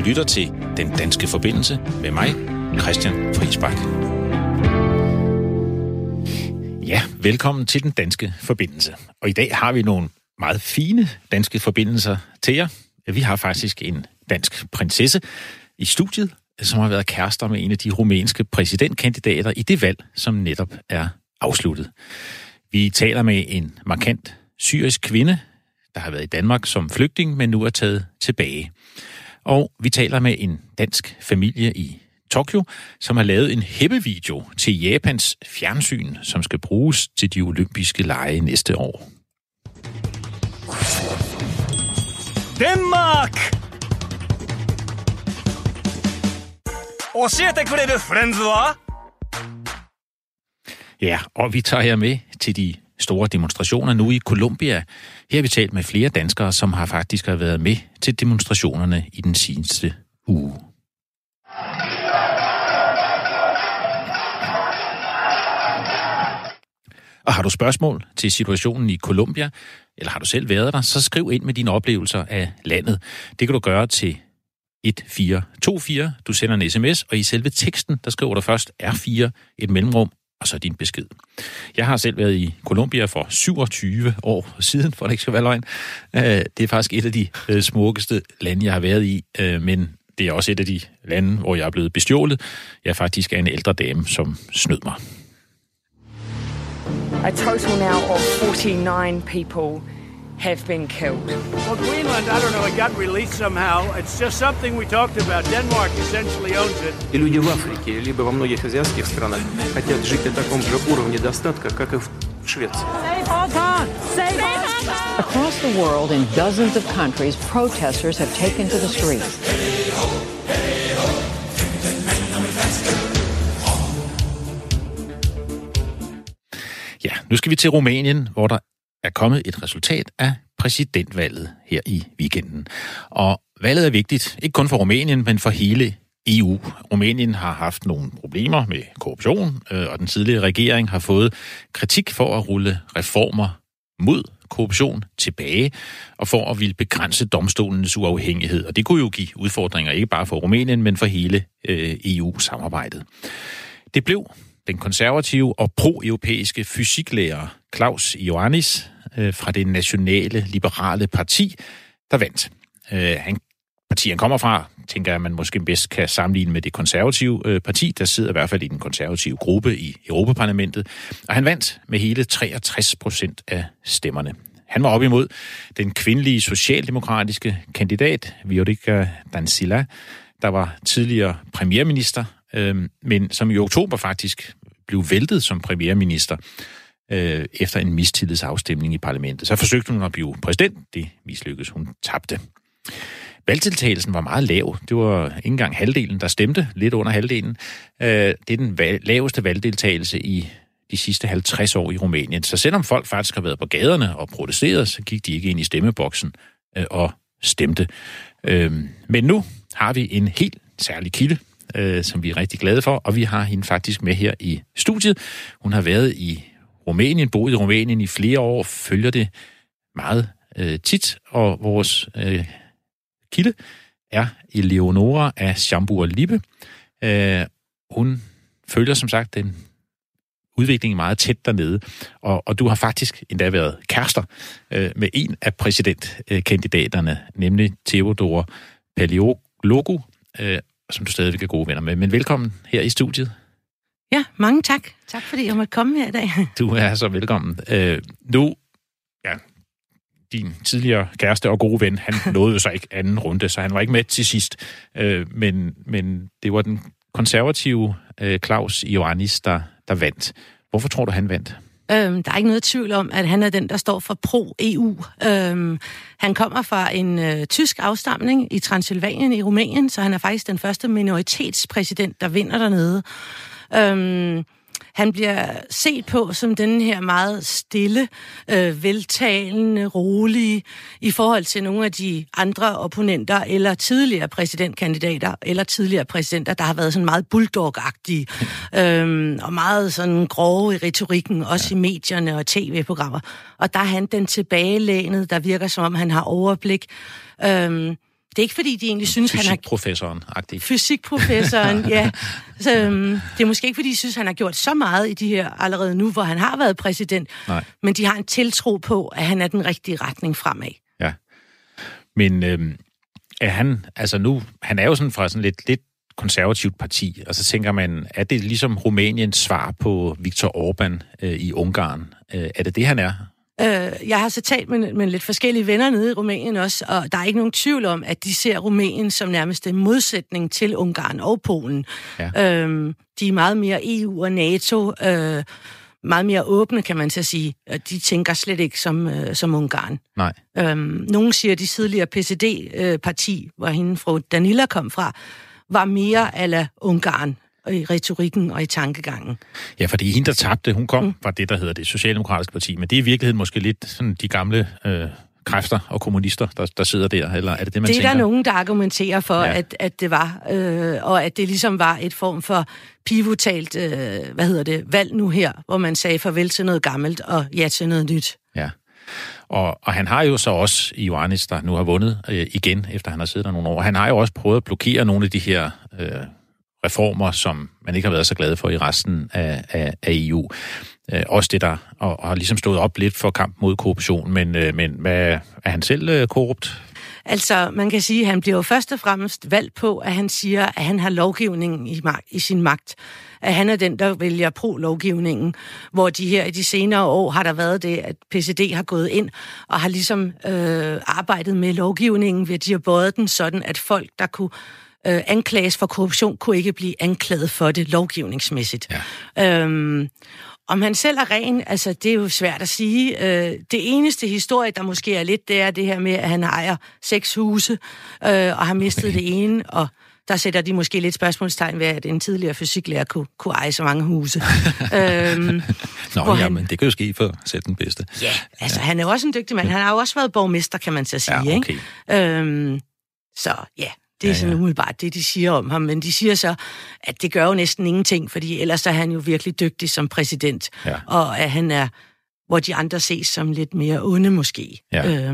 lytter til Den Danske Forbindelse med mig, Christian Friisbach. Ja, velkommen til Den Danske Forbindelse. Og i dag har vi nogle meget fine danske forbindelser til jer. Vi har faktisk en dansk prinsesse i studiet, som har været kærester med en af de rumænske præsidentkandidater i det valg, som netop er afsluttet. Vi taler med en markant syrisk kvinde, der har været i Danmark som flygtning, men nu er taget tilbage. Og vi taler med en dansk familie i Tokyo, som har lavet en heppevideo til Japans fjernsyn, som skal bruges til de olympiske lege næste år. Denmark! 教えてくれるフレンズは? Ja, og vi tager jer med til de store demonstrationer nu i Colombia. Her har vi talt med flere danskere, som har faktisk været med til demonstrationerne i den seneste uge. Og har du spørgsmål til situationen i Colombia, eller har du selv været der, så skriv ind med dine oplevelser af landet. Det kan du gøre til 1424. Du sender en sms, og i selve teksten, der skriver du først R4, et mellemrum, og så din besked. Jeg har selv været i Colombia for 27 år siden, for det ikke skal være løgn. Det er faktisk et af de smukkeste lande, jeg har været i, men det er også et af de lande, hvor jeg er blevet bestjålet. Jeg er faktisk en ældre dame, som snød mig. A total now of 49 people have been killed. Well, Greenland, I don't know, it got released somehow. It's just something we talked about. Denmark essentially owns it. И люди в Африке, либо во многих азиатских странах хотят жить на таком же уровне достатка, как и в Швеции. Across the world, in dozens of countries, protesters have taken to the streets. Ja, nu skal vi til Rumænien, hvor der er kommet et resultat af præsidentvalget her i weekenden. Og valget er vigtigt, ikke kun for Rumænien, men for hele EU. Rumænien har haft nogle problemer med korruption, og den tidligere regering har fået kritik for at rulle reformer mod korruption tilbage, og for at ville begrænse domstolens uafhængighed. Og det kunne jo give udfordringer, ikke bare for Rumænien, men for hele EU-samarbejdet. Det blev den konservative og pro-europæiske fysiklærer Klaus Iohannis fra det nationale liberale parti, der vandt. Partiet han kommer fra, tænker jeg, man måske bedst kan sammenligne med det konservative parti, der sidder i hvert fald i den konservative gruppe i Europaparlamentet. Og han vandt med hele 63% af stemmerne. Han var op imod den kvindelige socialdemokratiske kandidat, Viorica Dăncilă, der var tidligere premierminister, men som i oktober faktisk blev væltet som premierminister efter en mistillidsafstemning i parlamentet. Så forsøgte hun at blive præsident. Det mislykkedes. Hun tabte. Valgdeltagelsen var meget lav. Det var ikke engang halvdelen, der stemte. Lidt under halvdelen. Det er den laveste valgdeltagelse i de sidste 50 år i Rumænien. Så selvom folk faktisk har været på gaderne og protesteret, så gik de ikke ind i stemmeboksen og stemte. Men nu har vi en helt særlig kilde, som vi er rigtig glade for, og vi har hende faktisk med her i studiet. Hun har været i Rumænien, boet i Rumænien i flere år, følger det meget tit, og vores kilde er Eleonora af Schaumburg-Lippe. Hun følger som sagt den udvikling meget tæt dernede, og du har faktisk endda været kærester med en af præsidentkandidaterne, nemlig Teodor Paleologu, som du stadigvæk er gode venner med. Men velkommen her i studiet. Ja, mange tak. Tak fordi jeg måtte komme her i dag. Du er så velkommen. Nu, ja, din tidligere kæreste og gode ven, han nåede jo så ikke anden runde, så han var ikke med til sidst. Men det var den konservative Klaus Iohannis, der vandt. Hvorfor tror du, han vandt? Der er ikke noget tvivl om, at han er den, der står for pro-EU. Han kommer fra en tysk afstamning i Transylvanien i Rumænien, så han er faktisk den første minoritetspræsident, der vinder dernede. Han bliver set på som den her meget stille, veltalende, rolige i forhold til nogle af de andre opponenter eller tidligere præsidentkandidater eller tidligere præsidenter, der har været sådan meget bulldog-agtige og meget sådan grove i retorikken, også i medierne og tv-programmer. Og der er han den tilbagelænet, der virker som om han har overblik. Det er ikke, fordi de egentlig synes, han har... Fysikprofessoren-agtig. Fysikprofessoren, ja. Så, det er måske ikke, fordi de synes, han har gjort så meget i de her allerede nu, hvor han har været præsident. Nej. Men de har en tiltro på, at han er den rigtige retning fremad. Ja. Men er han... Altså nu... Han er jo sådan fra sådan lidt konservativt parti, og så tænker man, er det ligesom Rumæniens svar på Viktor Orbán i Ungarn? Er det han er? Jeg har så talt med lidt forskellige venner nede i Rumænien også, og der er ikke nogen tvivl om, at de ser Rumænien som nærmest en modsætning til Ungarn og Polen. Ja. De er meget mere EU og NATO, meget mere åbne, kan man så sige. De tænker slet ikke som Ungarn. Nej. Nogle siger, at de tidligere PSD-parti, hvor hende fra Danila kom fra, var mere a la Ungarn i retorikken og i tankegangen. Ja, fordi hende, der tabte, hun kom fra det, der hedder det socialdemokratiske parti, men det er i virkeligheden måske lidt sådan de gamle kræfter og kommunister, der sidder der, eller er det det, man tænker? Det er der nogen, der argumenterer for, ja. at det var, og at det ligesom var et form for pivotalt, valg nu her, hvor man sagde farvel til noget gammelt og ja til noget nyt. Ja. Og han har jo så også, Ioannis, der nu har vundet igen, efter han har siddet der nogle år, han har jo også prøvet at blokere nogle af de her reformer, som man ikke har været så glad for i resten af EU. Også det der, og har ligesom stået op lidt for kamp mod korruption, men hvad, er han selv korrupt? Altså, man kan sige, at han bliver jo først og fremmest valgt på, at han siger, at han har lovgivningen i sin magt. At han er den, der vælger pro-lovgivningen, hvor de her i de senere år har der været det, at PCD har gået ind og har ligesom arbejdet med lovgivningen, ved at de har båret den sådan, at folk, der kunne anklages for korruption, kunne ikke blive anklaget for det lovgivningsmæssigt. Ja. Om han selv er ren, altså det er jo svært at sige. Det eneste historie, der måske er lidt, det er det her med, at han ejer 6 huse, og har mistet det ene, og der sætter de måske lidt spørgsmålstegn ved, at en tidligere fysiklærer kunne eje så mange huse. Men det kan jo ske for selv den bedste. Ja, altså han er jo også en dygtig mand. Han har jo også været borgmester, kan man så sige. Ja, okay. Ikke? Så ja, det er sådan umiddelbart det, de siger om ham. Men de siger så, at det gør jo næsten ingenting, fordi ellers er han jo virkelig dygtig som præsident. Ja. Og at han er, hvor de andre ses som lidt mere onde måske. Ja.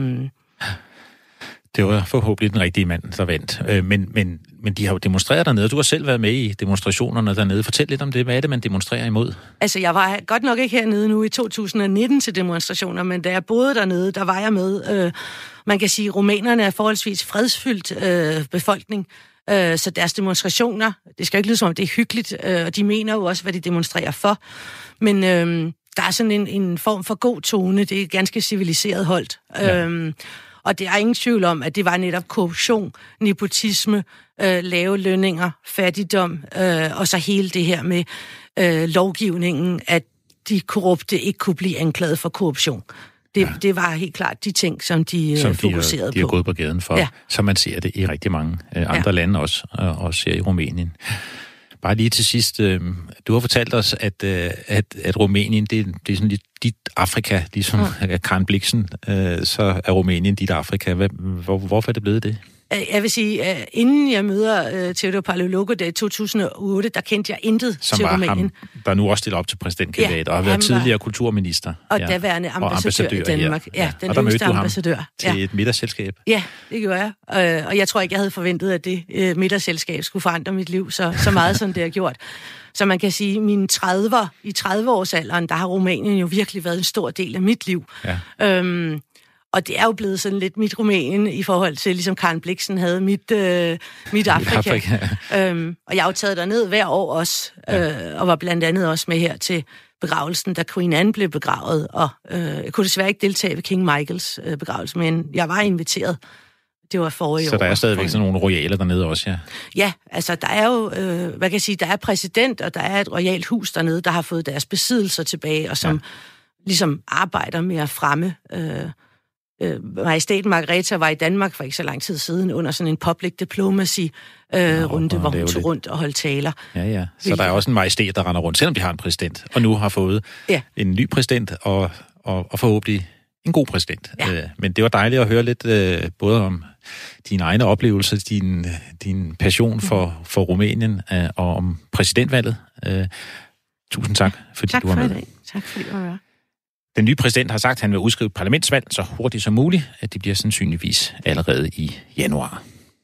Det var forhåbentlig den rigtige mand, der vandt. Men de har jo demonstreret dernede. Du har selv været med i demonstrationerne dernede. Fortæl lidt om det. Hvad er det, man demonstrerer imod? Altså, jeg var godt nok ikke hernede nu i 2019 til demonstrationer, men da jeg boede dernede, der var jeg med. Man kan sige, at rumænerne er forholdsvis fredsfyldt befolkning. Så deres demonstrationer, det skal ikke lyde som om det er hyggeligt, og de mener jo også, hvad de demonstrerer for. Men der er sådan en form for god tone. Det er ganske civiliseret holdt. Ja. Og det er ingen tvivl om, at det var netop korruption, nepotisme, lave lønninger, fattigdom, og så hele det her med lovgivningen, at de korrupte ikke kunne blive anklaget for korruption. Det var helt klart de ting, som de fokuserede på. De har gået på gaden for, som man ser det i rigtig mange andre lande også ser i Rumænien. Bare lige til sidst, du har fortalt os, at Rumænien, det er sådan lidt dit Afrika, ligesom Karen Blixen, så er Rumænien dit Afrika. Hvorfor er det blevet det? Jeg vil sige, inden jeg møder Teodor Paleologu i 2008, der kendte jeg intet til Rumænien. Ham, der nu også stiller op til præsidentkandidat, og har været tidligere kulturminister. Og daværende ambassadør i Danmark. Ja, den og der mødte du ambassadør. Ham til et middagsselskab. Ja, det gjorde jeg. Og jeg tror ikke, jeg havde forventet, at det middagsselskab skulle forandre mit liv så meget, som det har gjort. Så man kan sige, mine 30-årsalderen, der har Rumænien jo virkelig været en stor del af mit liv. Ja. Og det er jo blevet sådan lidt mit Rumænien i forhold til, ligesom Karen Blixen havde mit Afrika. Og jeg har jo taget derned hver år også, og var blandt andet også med her til begravelsen, da Queen Anne blev begravet. Og jeg kunne desværre ikke deltage ved King Michaels begravelse, men jeg var inviteret. Det var forrige år. Så der er stadigvæk sådan nogle royale dernede også, ja? Ja, altså der er jo, hvad kan jeg sige, der er præsident, og der er et royalt hus dernede, der har fået deres besiddelser tilbage, og som ligesom arbejder med at fremme. Majestæten Margrethe var i Danmark for ikke så lang tid siden under sådan en public diplomacy runde, hvor hun tog rundt og holdt taler. Ja. Så der er også en majestæt, der render rundt, selvom de har en præsident, og nu har fået en ny præsident, og forhåbentlig en god præsident. Ja. Men det var dejligt at høre lidt både om dine egne oplevelser, din passion for Rumænien, og om præsidentvalget. Tusind tak, fordi du var med. Tak fordi du var med. Den nye præsident har sagt, at han vil udskrive parlamentsvalg så hurtigt som muligt, at det bliver sandsynligvis allerede i januar.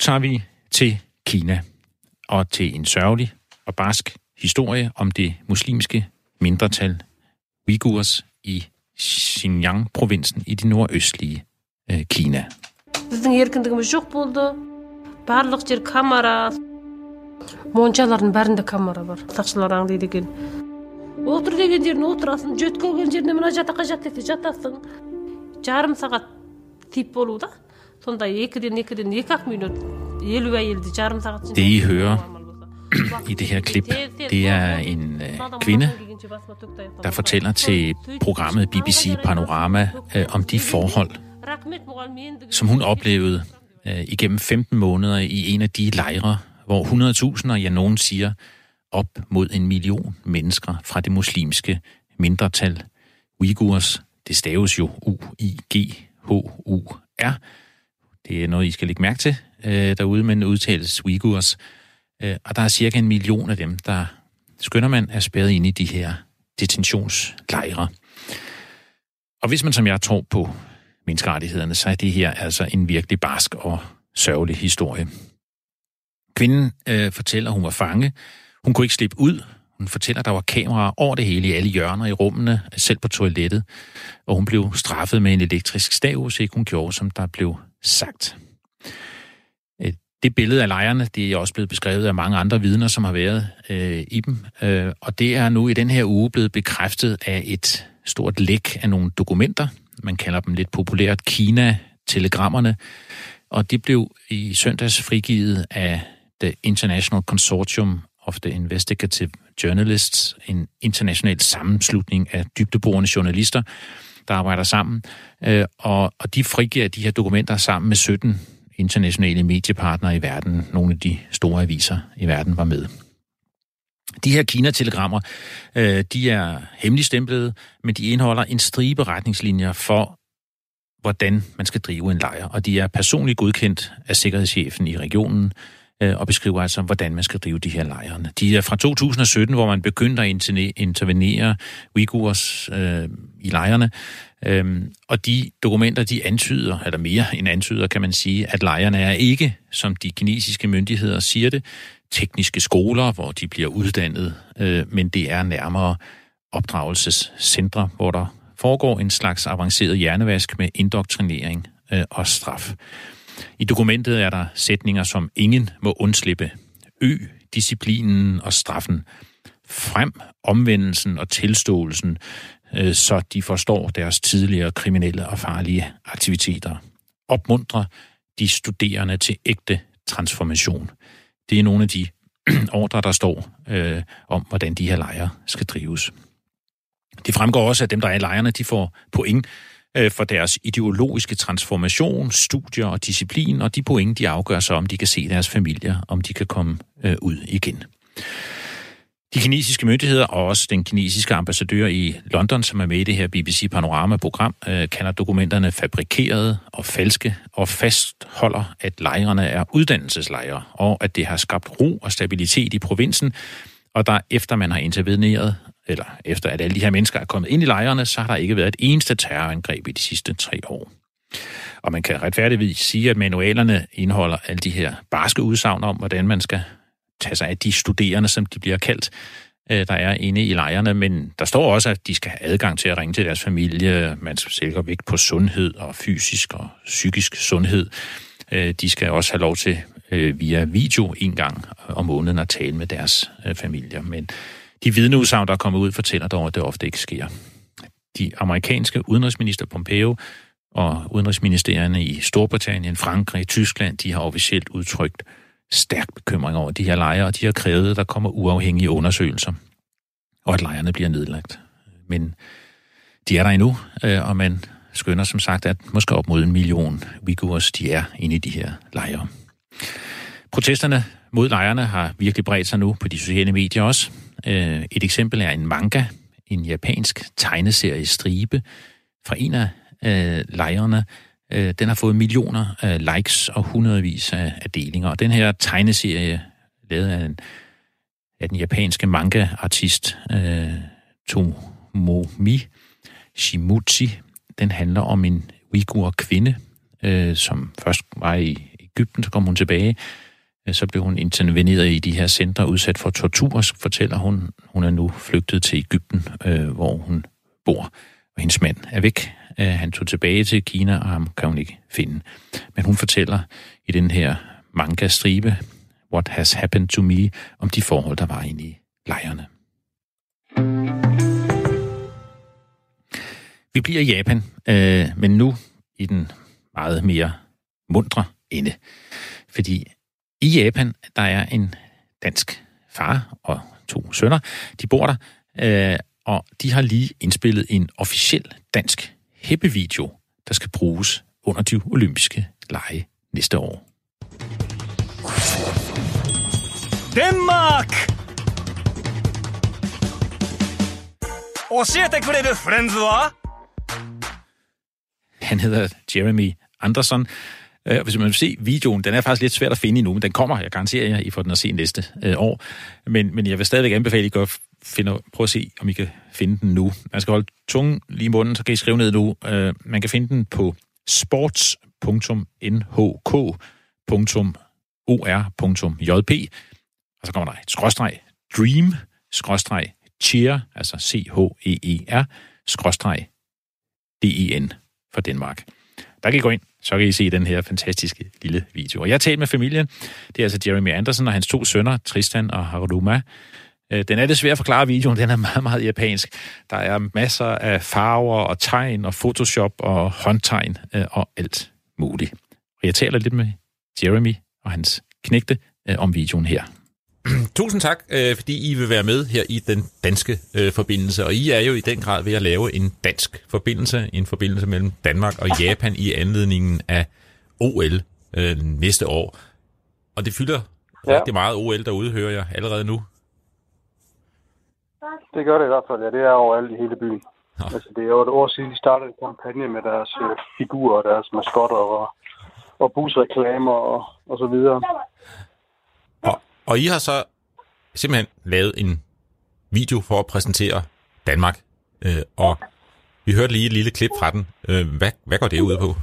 tager vi til Kina og til en sørgelig og barsk historie om det muslimske mindretal Uigurs i Xinjiang-provinsen i det nordøstlige Kina. Біздің еркіндігіміз жоқ болды. Барлық жер камера. Моншалардың бәрінде камера бар. Сақшылар аңдайды екен. Отыр деген жеріне отырасың, жөтке келген жеріне мына жатаққа жат десе жатасың. Жарым сағат тип болу да. Сонда 2-2,5 minut. 50 әйелді жарым сағат. Det I hører i det her klip, det er en kvinde, der fortæller til programmet BBC Panorama om de forhold, som hun oplevede igennem 15 måneder i en af de lejre, hvor 100.000, ja nogen siger, op mod 1 million mennesker fra det muslimske mindretal Uigurs. Det staves jo U-I-G-H-U-R. Det er noget, I skal lægge mærke til derude, men udtales Uigurs. Og der er cirka 1 million af dem, der, skønner man, er spærret inde i de her detentionslejre. Og hvis man som jeg tror på menneskerettighederne, så er det her altså en virkelig barsk og sørgelig historie. Kvinden fortæller, at hun var fange. Hun kunne ikke slippe ud. Hun fortæller, at der var kameraer over det hele i alle hjørner i rummene, selv på toilettet. Og hun blev straffet med en elektrisk stav, så ikke hun gjorde, som der blev sagt. Det billede af lejrene, det er også blevet beskrevet af mange andre vidner, som har været i dem. Og det er nu i den her uge blevet bekræftet af et stort læk af nogle dokumenter. Man kalder dem lidt populært Kina-telegrammerne. Og de blev i søndags frigivet af The International Consortium of the Investigative Journalists, en international sammenslutning af dybdeborende journalister, der arbejder sammen. Og de frigiver de her dokumenter sammen med 17 internationale mediepartnere i verden. Nogle af de store aviser i verden var med. De her Kina-telegrammer, de er hemmeligstemplede, men de indeholder en stribe retningslinjer for, hvordan man skal drive en lejr. Og de er personligt godkendt af sikkerhedschefen i regionen, og beskriver altså, hvordan man skal drive de her lejrene. De er fra 2017, hvor man begyndte at intervenere Uigurs i lejrene. Og de dokumenter, de antyder, eller mere end antyder, kan man sige, at lejrene er ikke, som de kinesiske myndigheder siger det, tekniske skoler, hvor de bliver uddannet, men det er nærmere opdragelsescentre, hvor der foregår en slags avanceret hjernevask med indoktrinering og straf. I dokumentet er der sætninger som ingen må undslippe, disciplinen og straffen, frem omvendelsen og tilståelsen, så de forstår deres tidligere kriminelle og farlige aktiviteter. Opmuntre de studerende til ægte transformation. Det er nogle af de ordre, der står om, hvordan de her lejre skal drives. Det fremgår også, at dem, der er i lejrene, de får point for deres ideologiske transformation, studier og disciplin, og de point, de afgør så, om de kan se deres familier, om de kan komme ud igen. De kinesiske myndigheder og også den kinesiske ambassadør i London, som er med i det her BBC Panorama-program, kalder dokumenterne fabrikerede og falske og fastholder, at lejrene er uddannelseslejre, og at det har skabt ro og stabilitet i provinsen, og der efter man har interveneret, eller efter at alle de her mennesker er kommet ind i lejrene, så har der ikke været et eneste terrorangreb i de sidste 3 år. Og man kan retfærdigvis sige, at manualerne indeholder alle de her barske udsagn om, hvordan man skal tage sig af de studerende, som de bliver kaldt, der er inde i lejrene, men der står også, at de skal have adgang til at ringe til deres familie. Man skal sætte vægt på sundhed og fysisk og psykisk sundhed. De skal også have lov til via video en gang om måneden at tale med deres familier. Men de vidneudsagn, der er kommet ud, fortæller dog, at det ofte ikke sker. De amerikanske udenrigsminister Pompeo og udenrigsministerierne i Storbritannien, Frankrig, Tyskland, de har officielt udtrykt stærk bekymring over de her lejre, og de har krævet, at der kommer uafhængige undersøgelser, og at lejrene bliver nedlagt. Men de er der endnu, og man skønner som sagt, at måske op mod 1 million uigurs, de er inde i de her lejre. Protesterne mod lejrene har virkelig bredt sig nu på de sociale medier også. Et eksempel er en manga, en japansk tegneserie stribe fra en af lejrene. Den har fået millioner af likes og hundredvis af delinger. Og den her tegneserie, lavet af den japanske manga-artist Tomomi Shimizu, den handler om en uigur kvinde, som først var i Egypten, så kom hun tilbage. Så blev hun interveneret i de her centre, udsat for tortur, fortæller hun. Hun er nu flygtet til Egypten, hvor hun bor. Og hendes mand er væk. Han tog tilbage til Kina, og ham kan hun ikke finde. Men hun fortæller i den her manga-stribe, What Has Happened to Me, om de forhold, der var inde i lejrene. Vi bliver i Japan, men nu i den meget mere muntre ende. Fordi i Japan, der er en dansk far og 2 sønner. De bor der, og de har lige indspillet en officiel dansk heppevideo, der skal bruges under de olympiske lege næste år. Denmark! 教えてくれるフレンズは? Han hedder Jeremy Anderson. Hvis man vil se videoen, den er faktisk lidt svært at finde endnu, men den kommer, jeg garanterer jer, I får den at se næste år. Men jeg vil stadigvæk anbefale, at I prøv at se, om I kan finde den nu. Man skal holde tungen lige i munden, så kan I skrive ned nu. Man kan finde den på sports.nhk.or.jp, og så kommer der et skråstreg dream, skråstreg cheer, altså CHEER, skråstreg DEN for Danmark. Der kan I gå ind, så kan I se den her fantastiske lille video. Og jeg har talt med familien. Det er altså Jeremy Anderson og hans 2 sønner, Tristan og Haruma. Den er desværre at forklare videoen. Den er meget, meget japansk. Der er masser af farver og tegn og Photoshop og håndtegn og alt muligt. Og jeg taler lidt med Jeremy og hans knægte om videoen her. Tusind tak, fordi I vil være med her i den danske forbindelse. Og I er jo i den grad ved at lave en dansk forbindelse, en forbindelse mellem Danmark og Japan i anledningen af OL næste år. Og det fylder rigtig meget OL derude, hører jeg allerede nu. Det gør det i hvert fald, ja. Det er overalt i hele byen. Altså, det er jo et år siden, de startede en kampagne med deres figurer og deres maskotter og busreklamer og så videre. Og I har så simpelthen lavet en video for at præsentere Danmark. Og vi hørte lige et lille klip fra den. Hvad går det ud på?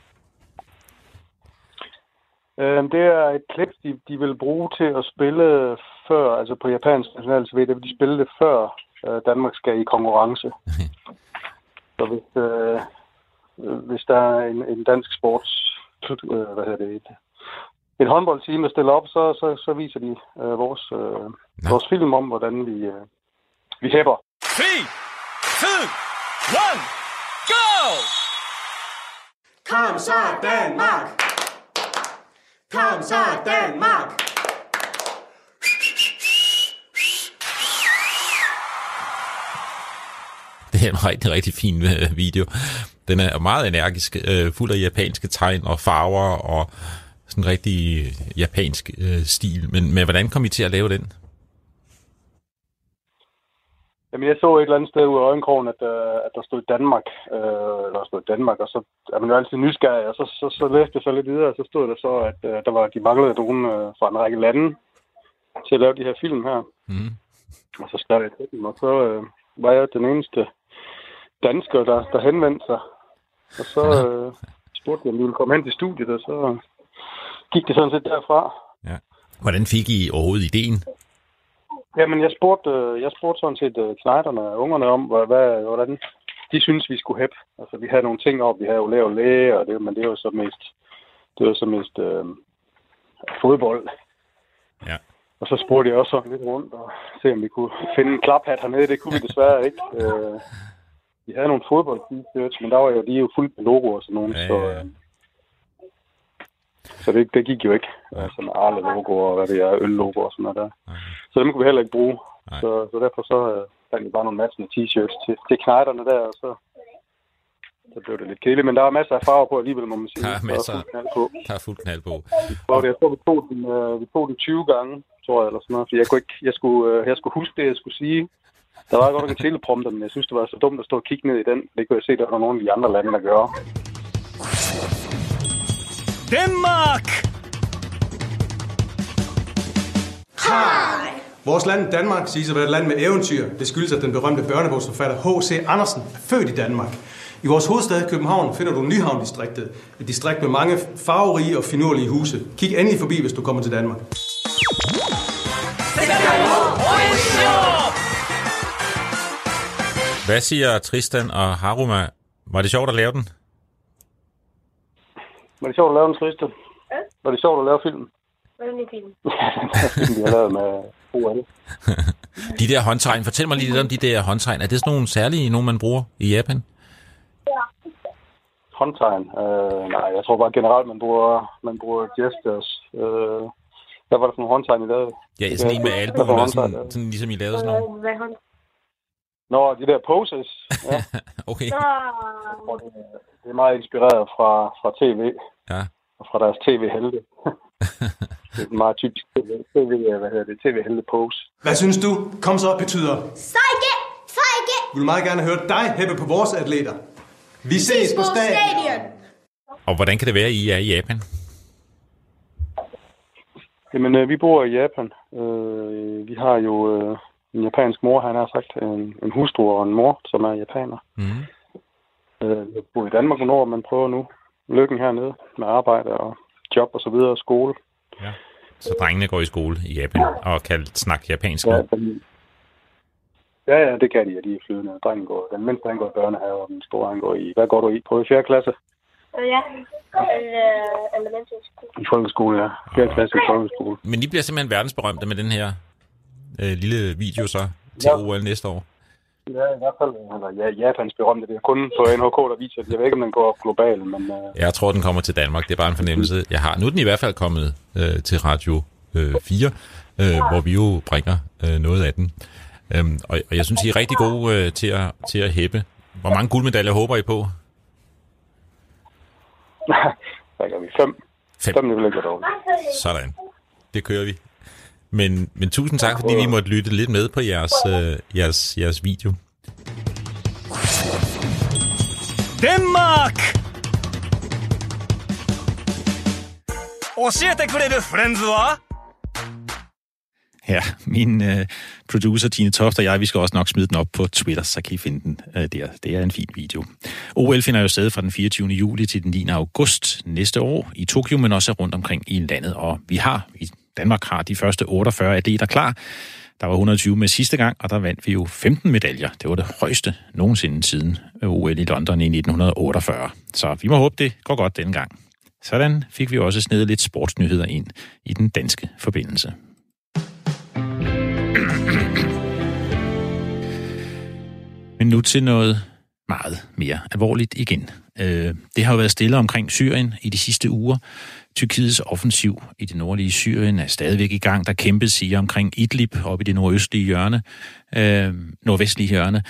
Det er et klip, de vil bruge til at spille før, altså på japansk national TV, det vil de spille det før Danmark skal i konkurrence. Så hvis der er en dansk sports, et håndboldteam, der stiller op, så viser de vores film om, hvordan vi hæpper. 3, 2, 1, go! Kom så Danmark! Kom så Danmark! Det er en rigtig, rigtig fin video. Den er meget energisk, fuld af japanske tegn og farver og sådan en rigtig japansk stil. Men hvordan kom I til at lave den? Jamen, jeg så et eller andet sted ud af øjenkrogen, at der stod Danmark, og så er man jo altid nysgerrig, og så læste jeg så lidt videre, og så stod der så, at de manglede nogen fra en række lande til at lave de her film her. Mm. Og så skrev jeg til dem, og så var jeg den eneste dansker, der henvendte sig. Og så spurgte jeg, om vi ville komme hen til studiet, og så gik det sådan set derfra. Ja. Hvordan fik I overhovedet ideen? Jamen, jeg spurgte sådan set knejderne og ungerne om, hvordan de synes vi skulle hæppe. Altså, vi havde nogle ting op, vi havde jo lavet læge, og men det var så mest fodbold. Ja. Og så spurgte jeg også sådan lidt rundt og se, om vi kunne finde en klaphat hernede. Det kunne vi desværre ikke. Vi havde nogle fodbold-t-shirts, men de er jo fuldt med logoer og sådan nogle, så det gik jo ikke. Sådan Arle-logoer og hvad det er, øl-logoer og sådan noget der. Så dem kunne vi heller ikke bruge. Så derfor så fandt vi bare nogle matchende t-shirts til knejderne der, og så blev det lidt kedeligt. Men der var masser af farver på alligevel, må man sige. Der er masser. Der er fuld knald på. Jeg tror, vi tog den 20 gange, tror jeg, eller sådan noget. Fordi jeg skulle huske det, jeg skulle sige. Der var godt nok en teleprompter, men jeg synes, det var så dumt at stå og kigge ned i den. Det kunne jeg se, der var nogle af de andre lande, der gør. Danmark! Hej! Vores land Danmark siges at være et land med eventyr. Det skyldes, at den berømte børnebogsforfatter H.C. Andersen er født i Danmark. I vores hovedstad København finder du Nyhavn-distriktet. Et distrikt med mange farverige og finurlige huse. Kig endelig forbi, hvis du kommer til Danmark. Hvad siger Tristan og Haruma? Var det sjovt at lave den? Var det sjovt at lave den, Tristan? Ja. Var det sjovt at lave filmen? Hvordan er filmen? Filmen, vi har lavet med OL. De der håndtegn, fortæl mig lige lidt om de der håndtegn. Er det sådan nogle særlige, nogen man bruger i Japan? Ja. Håndtegn? Nej, jeg tror bare generelt, man bruger gestures. Hvad var det for nogle håndtegn, I lavede? Ja, sådan en med albuen og sådan ligesom I lavede sådan nogle. Hvad hånd? Nå, de der poses. Ja. Okay. Det er meget inspireret fra tv. Ja. Og fra deres tv-helte. Det er en meget typisk tv-helte pose. Hvad synes du? Kom så betyder? Sejke! Sejke! Vi vil meget gerne høre dig hæppe på vores atleter. Vi ses på stadion! Og hvordan kan det være, at I er i Japan? Jamen, vi bor i Japan. Vi har jo en japansk mor, han har sagt, en hustru og en mor, som er japaner. Mm. Jeg bor i Danmark nogle år, men prøver nu lykken hernede med arbejde og job og så videre og skole. Ja. Så drengene går i skole i Japan og kan snakke japansk? Ja, det kan de, og de er flydende. Den mindste han går i børnehave, og den store han går i... Hvad går du i? På i 4. klasse? Ja, elementary school. I folkeskole, ja. 4. klasse i folkeskole. Men I bliver simpelthen verdensberømte med den her lille video så til OL næste år? Ja, i hvert fald. Japans berømte. Det er kun på NHK, der viser det. Jeg ved ikke, om den går global, men... Jeg tror, den kommer til Danmark. Det er bare en fornemmelse, jeg har. Nu er den i hvert fald kommet til Radio 4, hvor vi jo bringer noget af den. Og jeg synes, I er rigtig gode til at hæppe. Hvor mange guldmedaljer håber I på? Der gør vi 5. 5 vil ikke være dårligt. Sådan. Det kører vi. Men tusind tak, fordi vi måtte lytte lidt med på jeres video. Denmark! 教えてくれるフレンズは? Ja, min producer Tine Toft og jeg, vi skal også nok smide den op på Twitter, så kan I finde den der. Det er en fin video. OL finder jo sted fra den 24. juli til den 9. august næste år i Tokyo, men også rundt omkring i landet. Og Danmark har de første 48 atleter klar. Der var 120 med sidste gang, og der vandt vi jo 15 medaljer. Det var det højeste nogensinde siden OL i London i 1948. Så vi må håbe, det går godt denne gang. Sådan fik vi også snedet lidt sportsnyheder ind i den danske forbindelse. Men nu til noget meget mere alvorligt igen. Det har jo været stille omkring Syrien i de sidste uger. Tyrkiets offensiv i det nordlige Syrien er stadigvæk i gang. Der kæmpes i omkring Idlib oppe i det nordøstlige hjørne, nordvestlige hjørne,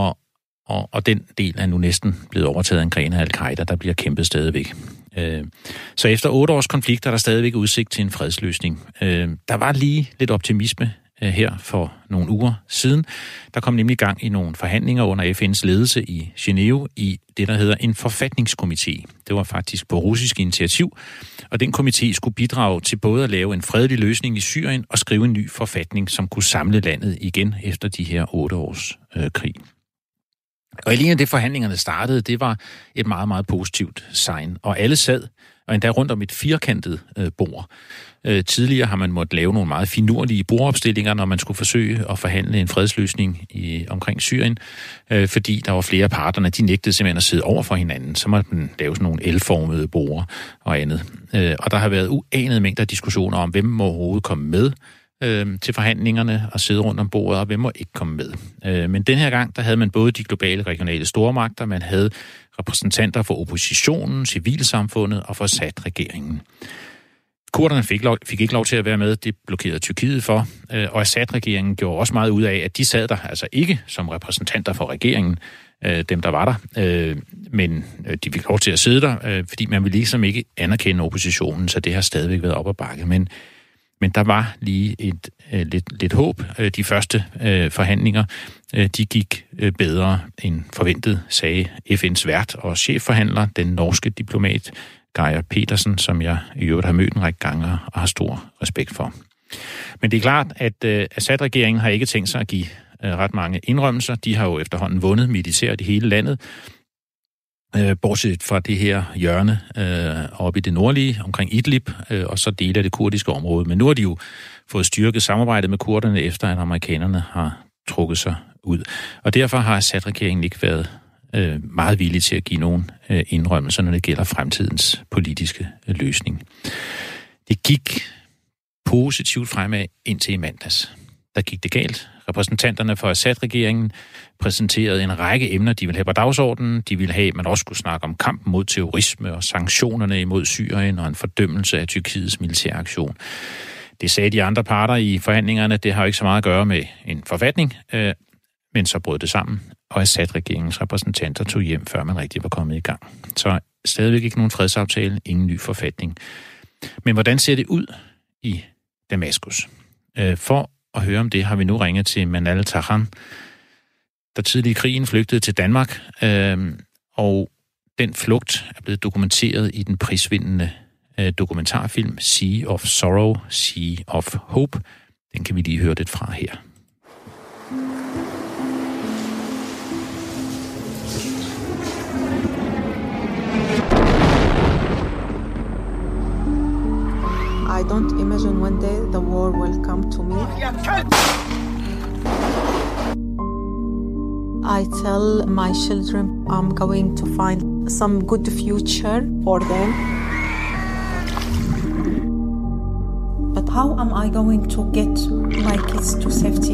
og den del er nu næsten blevet overtaget af en gren af Al-Qaida, der bliver kæmpet stadigvæk. Så efter 8 års konflikt er der stadigvæk udsigt til en fredsløsning. Der var lige lidt optimisme her for nogle uger siden. Der kom nemlig i gang i nogle forhandlinger under FN's ledelse i Genève i det, der hedder en forfatningskomité. Det var faktisk på russisk initiativ, og den komité skulle bidrage til både at lave en fredelig løsning i Syrien og skrive en ny forfatning, som kunne samle landet igen efter de her 8 års krig. Og alene det forhandlingerne startede, det var et meget, meget positivt sign. Og alle sad, og endda rundt om et firkantet bord. Tidligere har man måttet lave nogle meget finurlige bordopstillinger, når man skulle forsøge at forhandle en fredsløsning omkring Syrien, fordi der var flere af parterne, de nægtede simpelthen at sidde over for hinanden. Så måtte man lave sådan nogle L-formede borde og andet. Og der har været uanede mængder diskussioner om, hvem må overhovedet komme med til forhandlingerne og sidde rundt om bordet, og hvem må ikke komme med. Men den her gang, der havde man både de globale regionale stormagter, man havde repræsentanter for oppositionen, civilsamfundet og for Assad-regeringen. Kurderne fik ikke lov til at være med, det blokerede Tyrkiet for, og Assad-regeringen gjorde også meget ud af, at de sad der altså ikke som repræsentanter for regeringen, dem der var der, men de fik lov til at sidde der, fordi man ville ligesom ikke anerkende oppositionen, så det har stadigvæk været op ad bakke. Men der var lige et lidt håb. De første forhandlinger, de gik bedre end forventet, sagde FN's vært og chefforhandler, den norske diplomat Geir Petersen, som jeg i øvrigt har mødt en række gange og har stor respekt for. Men det er klart, at Assad-regeringen har ikke tænkt sig at give ret mange indrømmelser. De har jo efterhånden vundet militært i hele landet. bortset fra det her hjørne oppe i det nordlige, omkring Idlib, og så dele af det kurdiske område. Men nu har de jo fået styrket samarbejdet med kurderne, efter at amerikanerne har trukket sig ud. Og derfor har Assad-regeringen ikke været meget villig til at give nogen indrømmelser, når det gælder fremtidens politiske løsning. Det gik positivt fremad indtil i mandags. Der gik det galt. Repræsentanterne for Assad-regeringen præsenterede en række emner, de ville have på dagsordenen. De ville have, at man også skulle snakke om kampen mod terrorisme og sanktionerne imod Syrien og en fordømmelse af Tyrkiets militæraktion. Det sagde de andre parter i forhandlingerne. Det har jo ikke så meget at gøre med en forfatning, men så brød det sammen, og Assad-regeringens repræsentanter tog hjem, før man rigtig var kommet i gang. Så stadigvæk ikke nogen fredsaftale, ingen ny forfatning. Men hvordan ser det ud i Damaskus? For at høre om det, har vi nu ringet til Manal Tahan, der tidligere i krigen flygtede til Danmark, og den flugt er blevet dokumenteret i den prisvindende dokumentarfilm Sea of Sorrow, Sea of Hope. Den kan vi lige høre lidt fra her. I don't imagine one day the war will come to me. I tell my children I'm going to find some good future for them. But how am I going to get my kids to safety?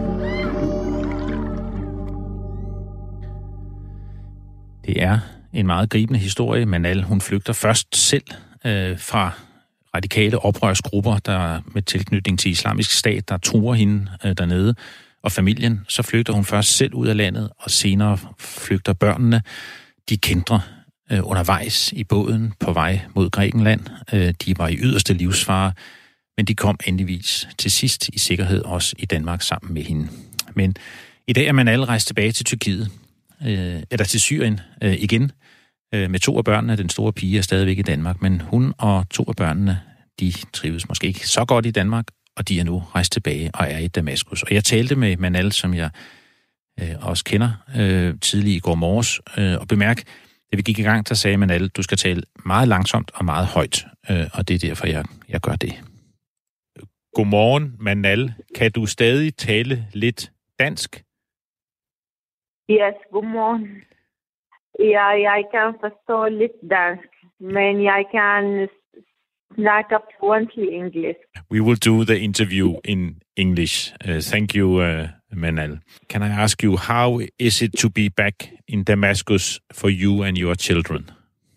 Det er en meget gribende historie. Manal, hun flygter først selv fra radikale oprørsgrupper, der med tilknytning til Islamisk Stat, der truer hende dernede, og familien. Så flygter hun først selv ud af landet, og senere flygter børnene. De kæntrer undervejs i båden på vej mod Grækenland. De var i yderste livsfare, men de kom endeligvis til sidst i sikkerhed også i Danmark sammen med hende. Men i dag er man alle rejst tilbage til Tyrkiet, eller til Syrien igen, med 2 af børnene. Den store pige er stadigvæk i Danmark, men hun og 2 af børnene, de trives måske ikke så godt i Danmark, og de er nu rejst tilbage og er i Damaskus. Og jeg talte med Manal, som jeg også kender tidlig i går morges, og bemærk, da vi gik i gang, der sagde Manal, du skal tale meget langsomt og meget højt, og det er derfor, jeg gør det. Godmorgen, Manal. Kan du stadig tale lidt dansk? Yes, godmorgen. Ja, jeg kan forstå lidt dansk, men jeg kan snakke fluently English. We will do the interview in English. Thank you, Manal. Can I ask you, how is it to be back in Damascus for you and your children?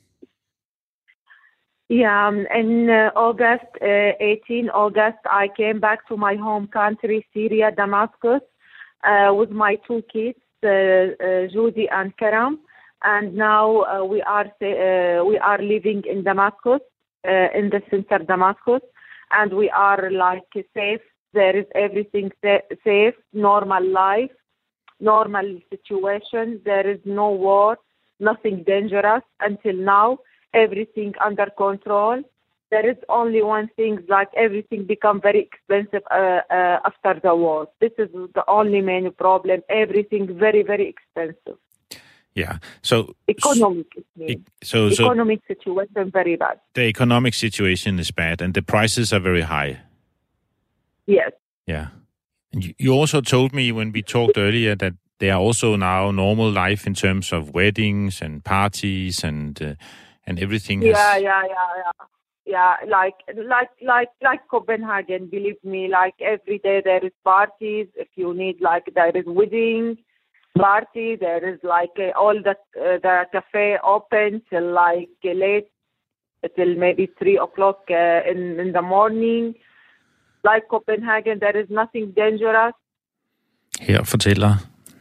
Yeah, in August, 18 August, I came back to my home country, Syria, Damascus, with my 2 kids, Judy and Karam. And now we are living in Damascus, in the center of Damascus, and we are like safe. There is everything safe, normal life, normal situation. There is no war, nothing dangerous until now. Everything under control. There is only one thing, like everything become very expensive after the war. This is the only main problem. Everything very, very expensive. Yeah. So economic situation very bad. The economic situation is bad, and the prices are very high. Yes. Yeah. And you also told me when we talked earlier that there are also now normal life in terms of weddings and parties and everything. Yeah, like Copenhagen. Believe me, like every day there is parties. If you need, like there is wedding party. There is like all the cafe open till like late, till maybe 3 o'clock in the morning. Like Copenhagen, there is nothing dangerous. Her fortæller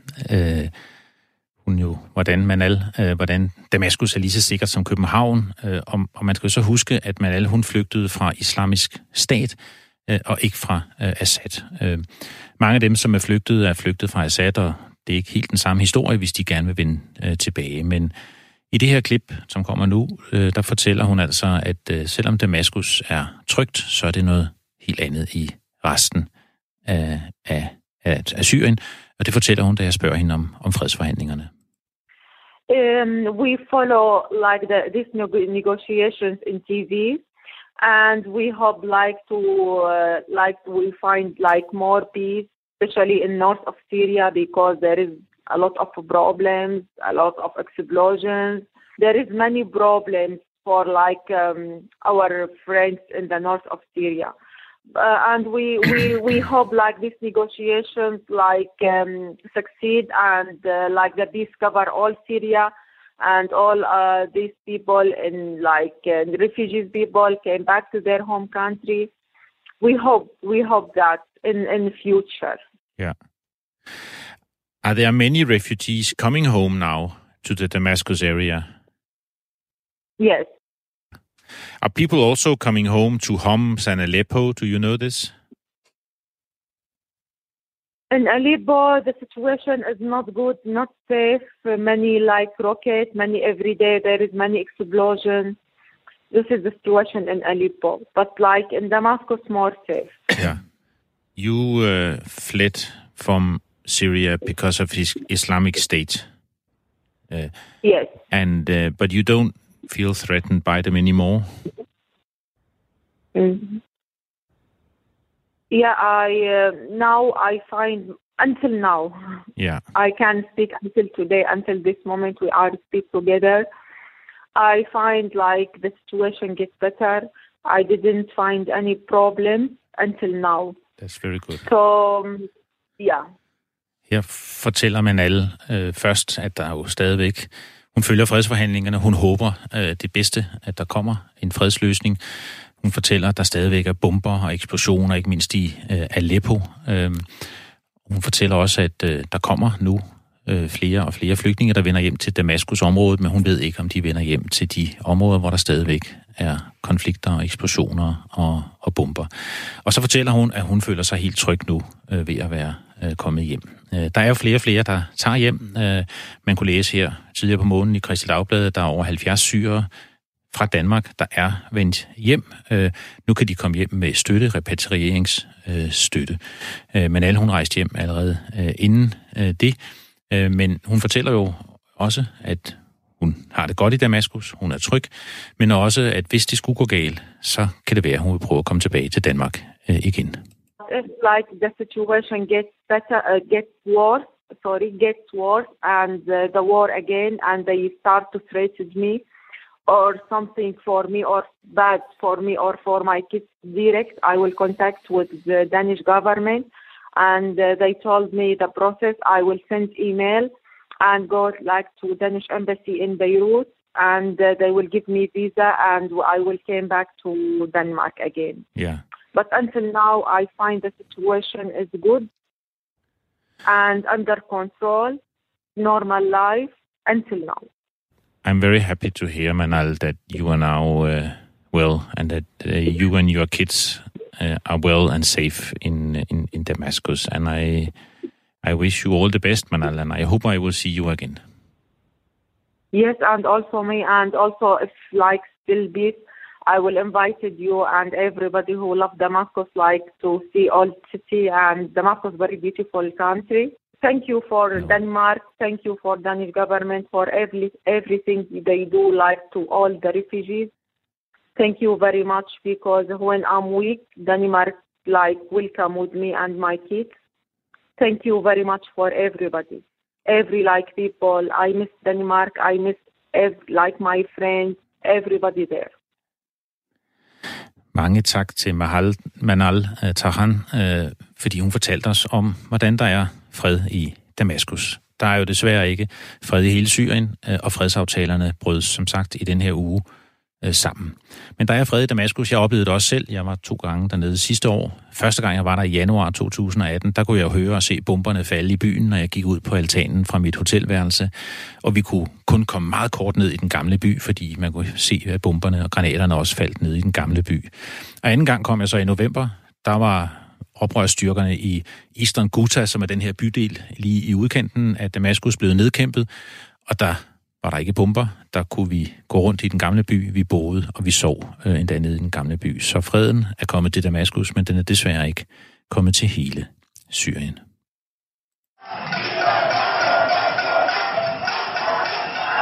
hun jo, hvordan Damaskus er lige så sikkert som København. Og man skal så huske, at Manal, hun flygtede fra Islamisk Stat og ikke fra Assad. Mange af dem, som er flygtet fra Assad, og det er ikke helt den samme historie, hvis de gerne vil vende tilbage. Men i det her klip, som kommer nu, der fortæller hun altså, at selvom Damaskus er trygt, så er det noget helt andet i resten af Syrien. Og det fortæller hun, da jeg spørger hende om fredsforhandlingerne. We follow like these negotiations in TV, and we hope we find more peace, especially in north of Syria, because there is a lot of problems, a lot of explosions. There is many problems for our friends in the north of Syria. And we hope these negotiations succeed and the peace cover all Syria and all these people in refugees people came back to their home country. We hope that in the future. Yeah. Are there many refugees coming home now to the Damascus area? Yes. Are people also coming home to Homs and Aleppo? Do you know this? In Aleppo, the situation is not good, not safe. Many rockets, many every day. There is many explosions. This is the situation in Aleppo. But in Damascus, more safe. Yeah. You fled from Syria because of Islamic State. Yes. And but you don't feel threatened by them anymore? Mm-hmm. Yeah, I find until now. Yeah. I can speak until today, until this moment we are speak together. I find the situation gets better. I didn't find any problem until now. That's very good. So, yeah. Her fortæller Manal først, at der jo stadigvæk... Hun følger fredsforhandlingerne. Hun håber det bedste, at der kommer en fredsløsning. Hun fortæller, at der stadigvæk er bomber og eksplosioner, ikke mindst i Aleppo. Hun fortæller også, at der kommer nu flere og flere flygtninge, der vender hjem til Damaskus-området, men hun ved ikke, om de vender hjem til de områder, hvor der stadigvæk er konflikter og eksplosioner og bomber. Og så fortæller hun, at hun føler sig helt tryg nu ved at være kommet hjem. Der er jo flere og flere, der tager hjem. Man kunne læse her tidligere på måneden i Kristeligt Dagblad, der er over 70 syrere fra Danmark, der er vendt hjem. Nu kan de komme hjem med støtte, repatrieringsstøtte. Men alle hun rejste hjem allerede inden det. Men hun fortæller jo også, at hun har det godt i Damaskus, hun er tryg, men også, at hvis det skulle gå galt, så kan det være, at hun vil prøve at komme tilbage til Danmark igen. If the situation gets better, gets worse, and the war again, and they start to threaten me, or something for me, or bad for me, or for my kids direct, I will contact with the Danish government, and they told me the process. I will send email and go to Danish embassy in Beirut, and they will give me visa, and I will came back to Denmark again. Yeah. But until now, I find the situation is good and under control, normal life until now. I'm very happy to hear, Manal, that you are now well, and that you and your kids are well and safe in Damascus. And I wish you all the best, Manal, and I hope I will see you again. Yes, and also me, and also if still be, I will invite you and everybody who love Damascus to see old city, and Damascus very beautiful country. Thank you for Denmark. Thank you for Danish government for everything they do to all the refugees. Thank you very much, because when I'm weak, Denmark welcome with me and my kids. Thank you very much for everybody. Every people. I miss Denmark. I miss my friends. Everybody there. Mange tak til Manal Tahan, fordi hun fortalte os om, hvordan der er fred i Damaskus. Der er jo desværre ikke fred i hele Syrien, og fredsaftalerne brød som sagt i den her uge sammen. Men der er fred i Damaskus. Jeg oplevede det også selv. Jeg var 2 gange dernede sidste år. Første gang jeg var der i januar 2018, der kunne jeg høre og se bomberne falde i byen, når jeg gik ud på altanen fra mit hotelværelse. Og vi kunne kun komme meget kort ned i den gamle by, fordi man kunne se, at bomberne og granaterne også faldt ned i den gamle by. Og anden gang kom jeg så i november. Der var oprørsstyrkerne i Eastern Ghouta, som er den her bydel lige i udkanten af Damaskus, blevet nedkæmpet. Og der var der ikke bomber. Der kunne vi gå rundt i den gamle by, vi boede, og vi sov endda nede i den gamle by. Så freden er kommet til Damaskus, men den er desværre ikke kommet til hele Syrien.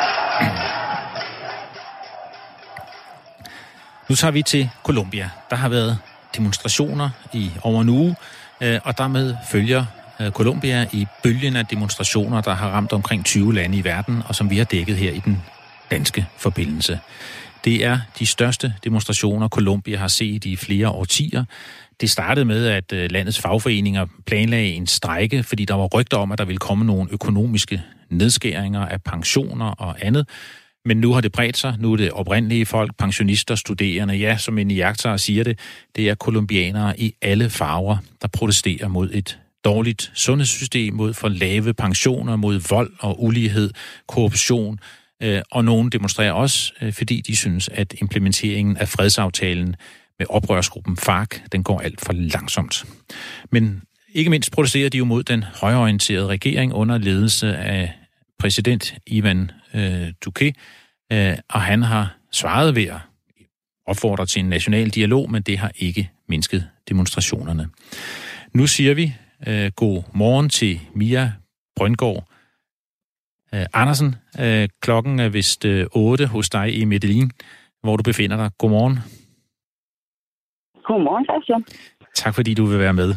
Nu tager vi til Colombia. Der har været demonstrationer i over en uge, og dermed følger Colombia i bølgen af demonstrationer, der har ramt omkring 20 lande i verden, og som vi har dækket her i den danske forbindelse. Det er de største demonstrationer, Colombia har set i flere årtier. Det startede med, at landets fagforeninger planlagde en strejke, fordi der var rygter om, at der ville komme nogle økonomiske nedskæringer af pensioner og andet. Men nu har det bredt sig. Nu er det oprindelige folk, pensionister, studerende, ja, som en iagttager siger det er colombianere i alle farver, der protesterer mod et dårligt sundhedssystem, mod for lave pensioner, mod vold og ulighed, korruption. Og nogen demonstrerer også, fordi de synes, at implementeringen af fredsaftalen med oprørsgruppen FARC, den går alt for langsomt. Men ikke mindst protesterer de jo mod den højreorienterede regering under ledelse af præsident Ivan Duque, og han har svaret ved at opfordre til en national dialog, men det har ikke mindsket demonstrationerne. Nu siger vi god morgen til Mia Brøndgaard Andersen. Klokken er vist 8 hos dig i Medellin, hvor du befinder dig. Godmorgen. Godmorgen, Christian. Tak fordi du vil være med.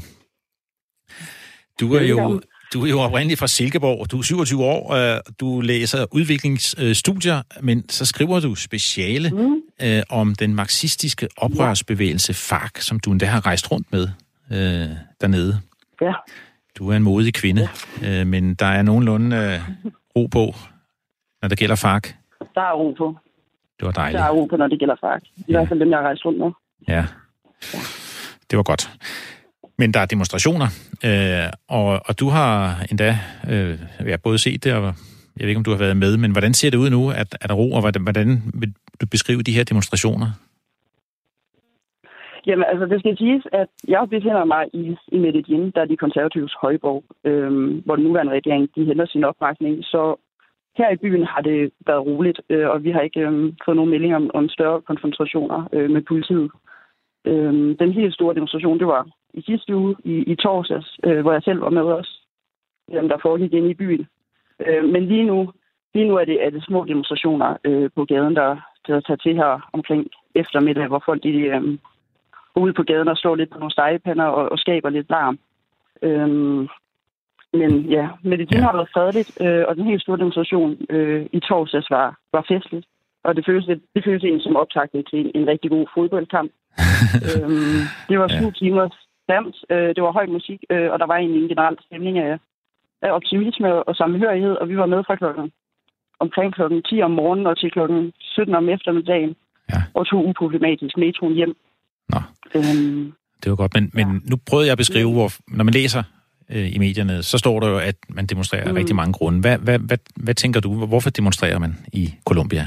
Du er jo oprindelig fra Silkeborg. Du er 27 år. Du læser udviklingsstudier, men så skriver du speciale om den marxistiske oprørsbevægelse FARC, som du endda har rejst rundt med dernede. Ja. Du er en modig kvinde, men der er nogenlunde ro på, når det gælder FARC. Der er ro på. Det var dejligt. Der er ro på, når det gælder FARC. I hvert fald dem, jeg har rejst rundt med. Ja, det var godt. Men der er demonstrationer, og du har endda både set det, og jeg ved ikke, om du har været med, men hvordan ser det ud nu? Er der ro, og hvordan vil du beskrive de her demonstrationer? Jamen, altså, det skal siges, at jeg befinder mig i Medellin, der er de konservatives højborg, hvor den nuværende regering, de henter sin opbakning. Så her i byen har det været roligt, og vi har ikke fået nogen melding om større konfrontationer med politiet. Den helt store demonstration, det var i sidste uge, i torsdags, hvor jeg selv var med os, der foregik inde i byen. Men lige nu er det små demonstrationer på gaden, der tager til her omkring eftermiddag, hvor folk de går ud på gaden og står lidt på nogle stegepander og skaber lidt larm. Men ja, Medellin har været fredeligt, og den helt store demonstration i torsdags var festligt. Og det føles egentlig som optakten til en rigtig god fodboldkamp. Det var 7 timers dans, det var høj musik, og der var egentlig en generel stemning af optimisme og sammenhørighed, og vi var med fra omkring klokken 10 om morgenen og til klokken 17 om eftermiddagen, og tog uproblematisk metroen hjem. Nå, det var godt, men nu prøvede jeg at beskrive, når man læser i medierne, så står der jo, at man demonstrerer af rigtig mange grunde. Hvad tænker du? Hvorfor demonstrerer man i Colombia?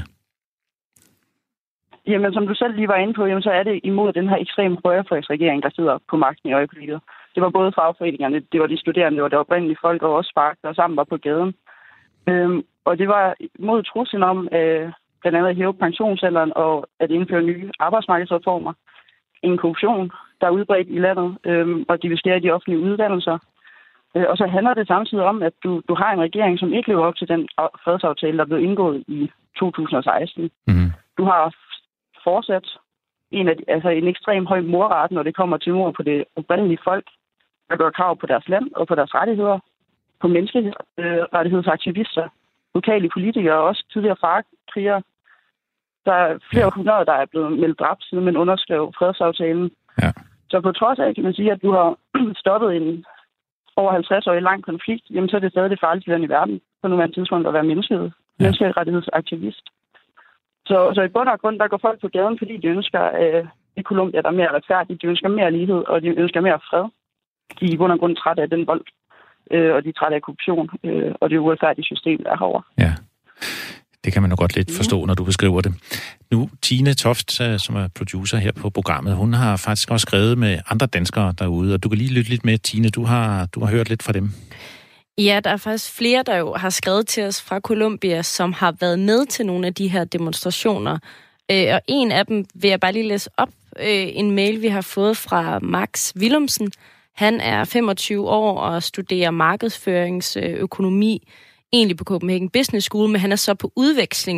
Jamen, som du selv lige var inde på, så er det imod den her ekstrem højrefløjsregering, der sidder på magten i øjeblikket. Det var både fagforeningerne, det var de studerende, det var det oprindelige folk, og også FARC, der sammen var på gaden. Og det var mod truslen om blandt andet at hæve pensionsalderen og at indføre nye arbejdsmarkedsreformer. En korruption, der er udbredt i landet, og de vil skære de offentlige uddannelser. Og så handler det samtidig om, at du har en regering, som ikke lever op til den fredsaftale, der blev indgået i 2016. Mm-hmm. Du har fortsat en ekstrem høj mordrate, når det kommer til mord på det oprindelige folk, der gør krav på deres land og på deres rettigheder, på menneskerettighedsaktivister, lokale politikere og også tidligere FARC-krigere. Der er flere hundrede, der er blevet meldt dræbt, siden man underskrev fredsaftalen. Ja. Så på trods af, kan man sige, at du har stoppet en over 50-årig lang konflikt, jamen så er det stadig det farligste land i verden på nuværende tidspunkt at være menneskerettighedsaktivist. Så i bund og grund, der går folk på gaden, fordi de ønsker i Colombia, der er mere retfærdigt, de ønsker mere lighed, og de ønsker mere fred. De er i bund og grund trætte af den vold, og de er trætte af korruption, og det uretfærdige system, der er herovre. Ja, det kan man jo godt lidt forstå, når du beskriver det. Nu, Tine Toft, som er producer her på programmet, hun har faktisk også skrevet med andre danskere derude, og du kan lige lytte lidt med, Tine, du har hørt lidt fra dem. Ja, der er faktisk flere, der jo har skrevet til os fra Colombia, som har været med til nogle af de her demonstrationer. Og en af dem vil jeg bare lige læse op. En mail, vi har fået fra Max Willumsen. Han er 25 år og studerer markedsføringsøkonomi, egentlig på Copenhagen Business School, men han er så på udveksling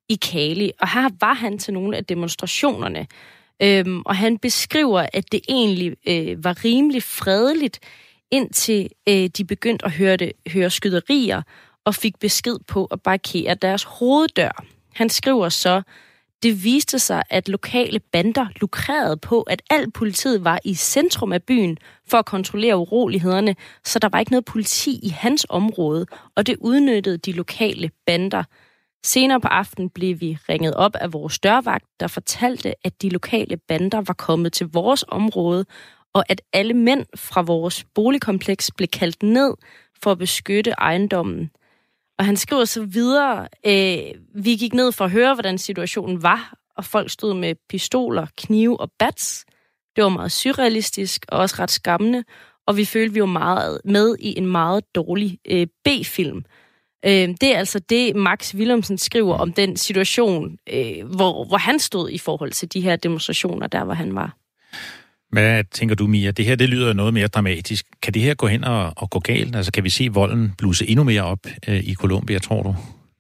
i Cali. Og her var han til nogle af demonstrationerne. Og han beskriver, at det egentlig var rimelig fredeligt, indtil de begyndte at høre skyderier og fik besked på at barrikere deres hoveddør. Han skriver så, det viste sig, at lokale bander lukrerede på, at alt politiet var i centrum af byen for at kontrollere urolighederne, så der var ikke noget politi i hans område, og det udnyttede de lokale bander. Senere på aftenen blev vi ringet op af vores dørvagt, der fortalte, at de lokale bander var kommet til vores område, og at alle mænd fra vores boligkompleks blev kaldt ned for at beskytte ejendommen. Og han skriver så videre, vi gik ned for at høre, hvordan situationen var, og folk stod med pistoler, knive og bats. Det var meget surrealistisk og også ret skræmmende, og vi følte, vi var meget med i en meget dårlig B-film. Det er altså det, Max Willumsen skriver om den situation, hvor han stod i forhold til de her demonstrationer, der hvor han var. Hvad tænker du, Mia? Det her, det lyder noget mere dramatisk. Kan det her gå hen og gå galt? Altså, kan vi se volden bluse endnu mere op i Colombia, tror du?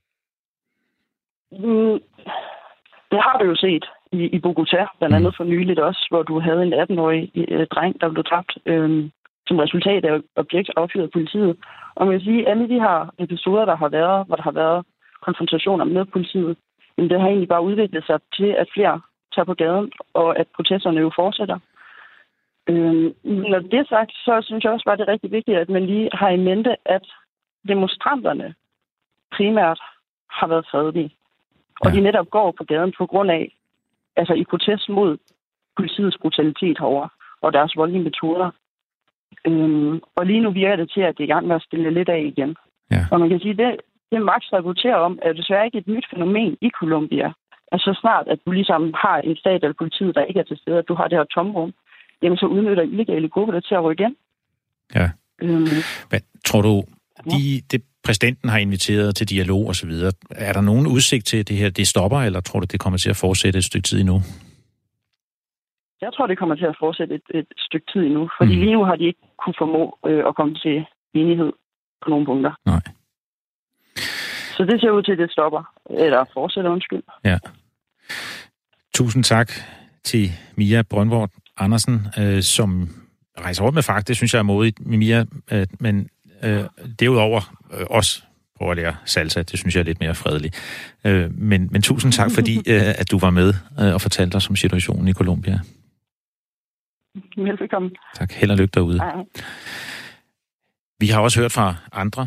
Det har du jo set i Bogotá, blandt andet for nyligt også, hvor du havde en 18-årig dreng, der blev dræbt som resultat af objekt affyret af politiet. Og man kan sige, at alle de her episoder, der har været, hvor der har været konfrontationer med politiet, det har egentlig bare udviklet sig til, at flere tager på gaden, og at protesterne jo fortsætter. Når det er sagt, så synes jeg også bare, det er rigtig vigtigt, at man lige har i mente, at demonstranterne primært har været fredelige. Og de netop går på gaden på grund af, altså i protest mod politiets brutalitet herovre, og deres voldelige metoder. Og lige nu virker det til, at det er i gang med at stille lidt af igen. Ja. Og man kan sige, det Max rapporterer om, er desværre ikke et nyt fænomen i Colombia. Altså så snart, at du ligesom har en stat eller politiet, der ikke er til stede, at du har det her tomrum, jamen så udnytter illegale grupper det til at rykke igen. Ja. Hvad tror du, det præsidenten har inviteret til dialog og så videre, er der nogen udsigt til, at det her det stopper, eller tror du, det kommer til at fortsætte et stykke tid endnu? Jeg tror, det kommer til at fortsætte et stykke tid endnu, fordi lige nu har de ikke kunne formå at komme til enighed på nogle punkter. Nej. Så det ser ud til, at det stopper, eller fortsætter, undskyld. Ja. Tusind tak til Mia Brøndvort Andersen, som rejser rundt med fakta. Det synes jeg er modigt med Mia, men derudover også prøver at lære salsa. Det synes jeg er lidt mere fredeligt. Men tusind tak, fordi at du var med og fortalte os om situationen i Colombia. Velbekomme. Tak. Held og lykke derude. Hej. Vi har også hørt fra andre.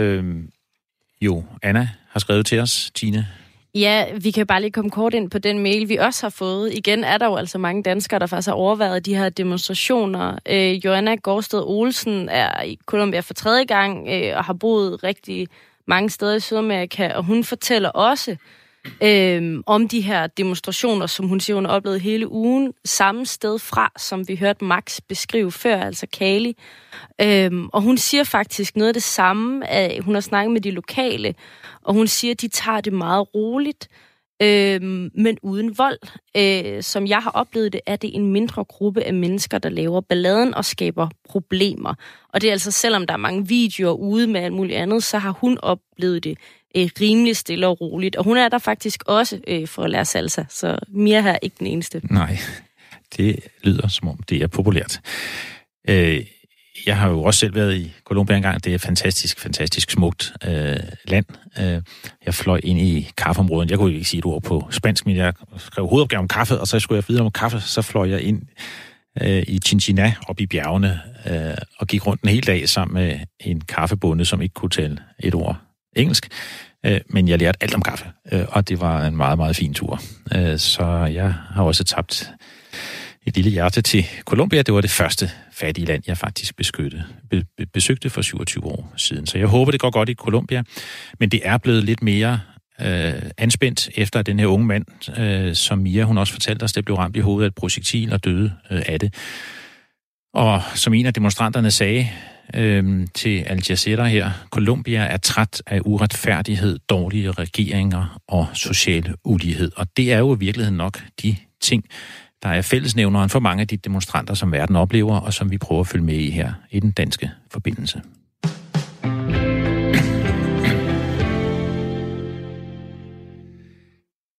Anna har skrevet til os, Tine. Ja, vi kan bare lige komme kort ind på den mail, vi også har fået. Igen er der jo altså mange danskere, der faktisk har overvejet de her demonstrationer. Joanna Gårdsted Olsen er i Colombia for 3. gang og har boet rigtig mange steder i Sydamerika, og hun fortæller også om de her demonstrationer, som hun siger, hun har oplevet hele ugen, samme sted fra, som vi hørte Max beskrive før, altså Cali. Og hun siger faktisk noget af det samme, hun har snakket med de lokale, og hun siger, at de tager det meget roligt, men uden vold. Som jeg har oplevet det, er det en mindre gruppe af mennesker, der laver balladen og skaber problemer. Og det er altså, selvom der er mange videoer ude med alt muligt andet, så har hun oplevet det rimelig stille og roligt. Og hun er der faktisk også for at lære salsa, så Mia her er ikke den eneste. Nej, det lyder som om det er populært. Jeg har jo også selv været i Colombia engang. Det er fantastisk, fantastisk smukt land. Jeg fløj ind i kaffeområdet. Jeg kunne ikke sige et ord på spansk, men jeg skrev hovedopgave om kaffe, og så skulle jeg videre om kaffe. Så fløj jeg ind i Chinchiná, op i bjergene, og gik rundt en hel dag sammen med en kaffebonde, som ikke kunne tale et ord engelsk. Men jeg lærte alt om kaffe, og det var en meget, meget fin tur. Så jeg har også tabt et lille hjerte til Colombia. Det var det første fattige land, jeg faktisk besøgte for 27 år siden. Så jeg håber, det går godt i Colombia. Men det er blevet lidt mere anspændt efter den her unge mand, som Mia, hun også fortalte os, det blev ramt i hovedet af et projektil og døde af det. Og som en af demonstranterne sagde til Al Jazeera her, Colombia er træt af uretfærdighed, dårlige regeringer og social ulighed. Og det er jo i virkeligheden nok de ting, der er fællesnævneren for mange af de demonstranter, som verden oplever, og som vi prøver at følge med i her i den danske forbindelse.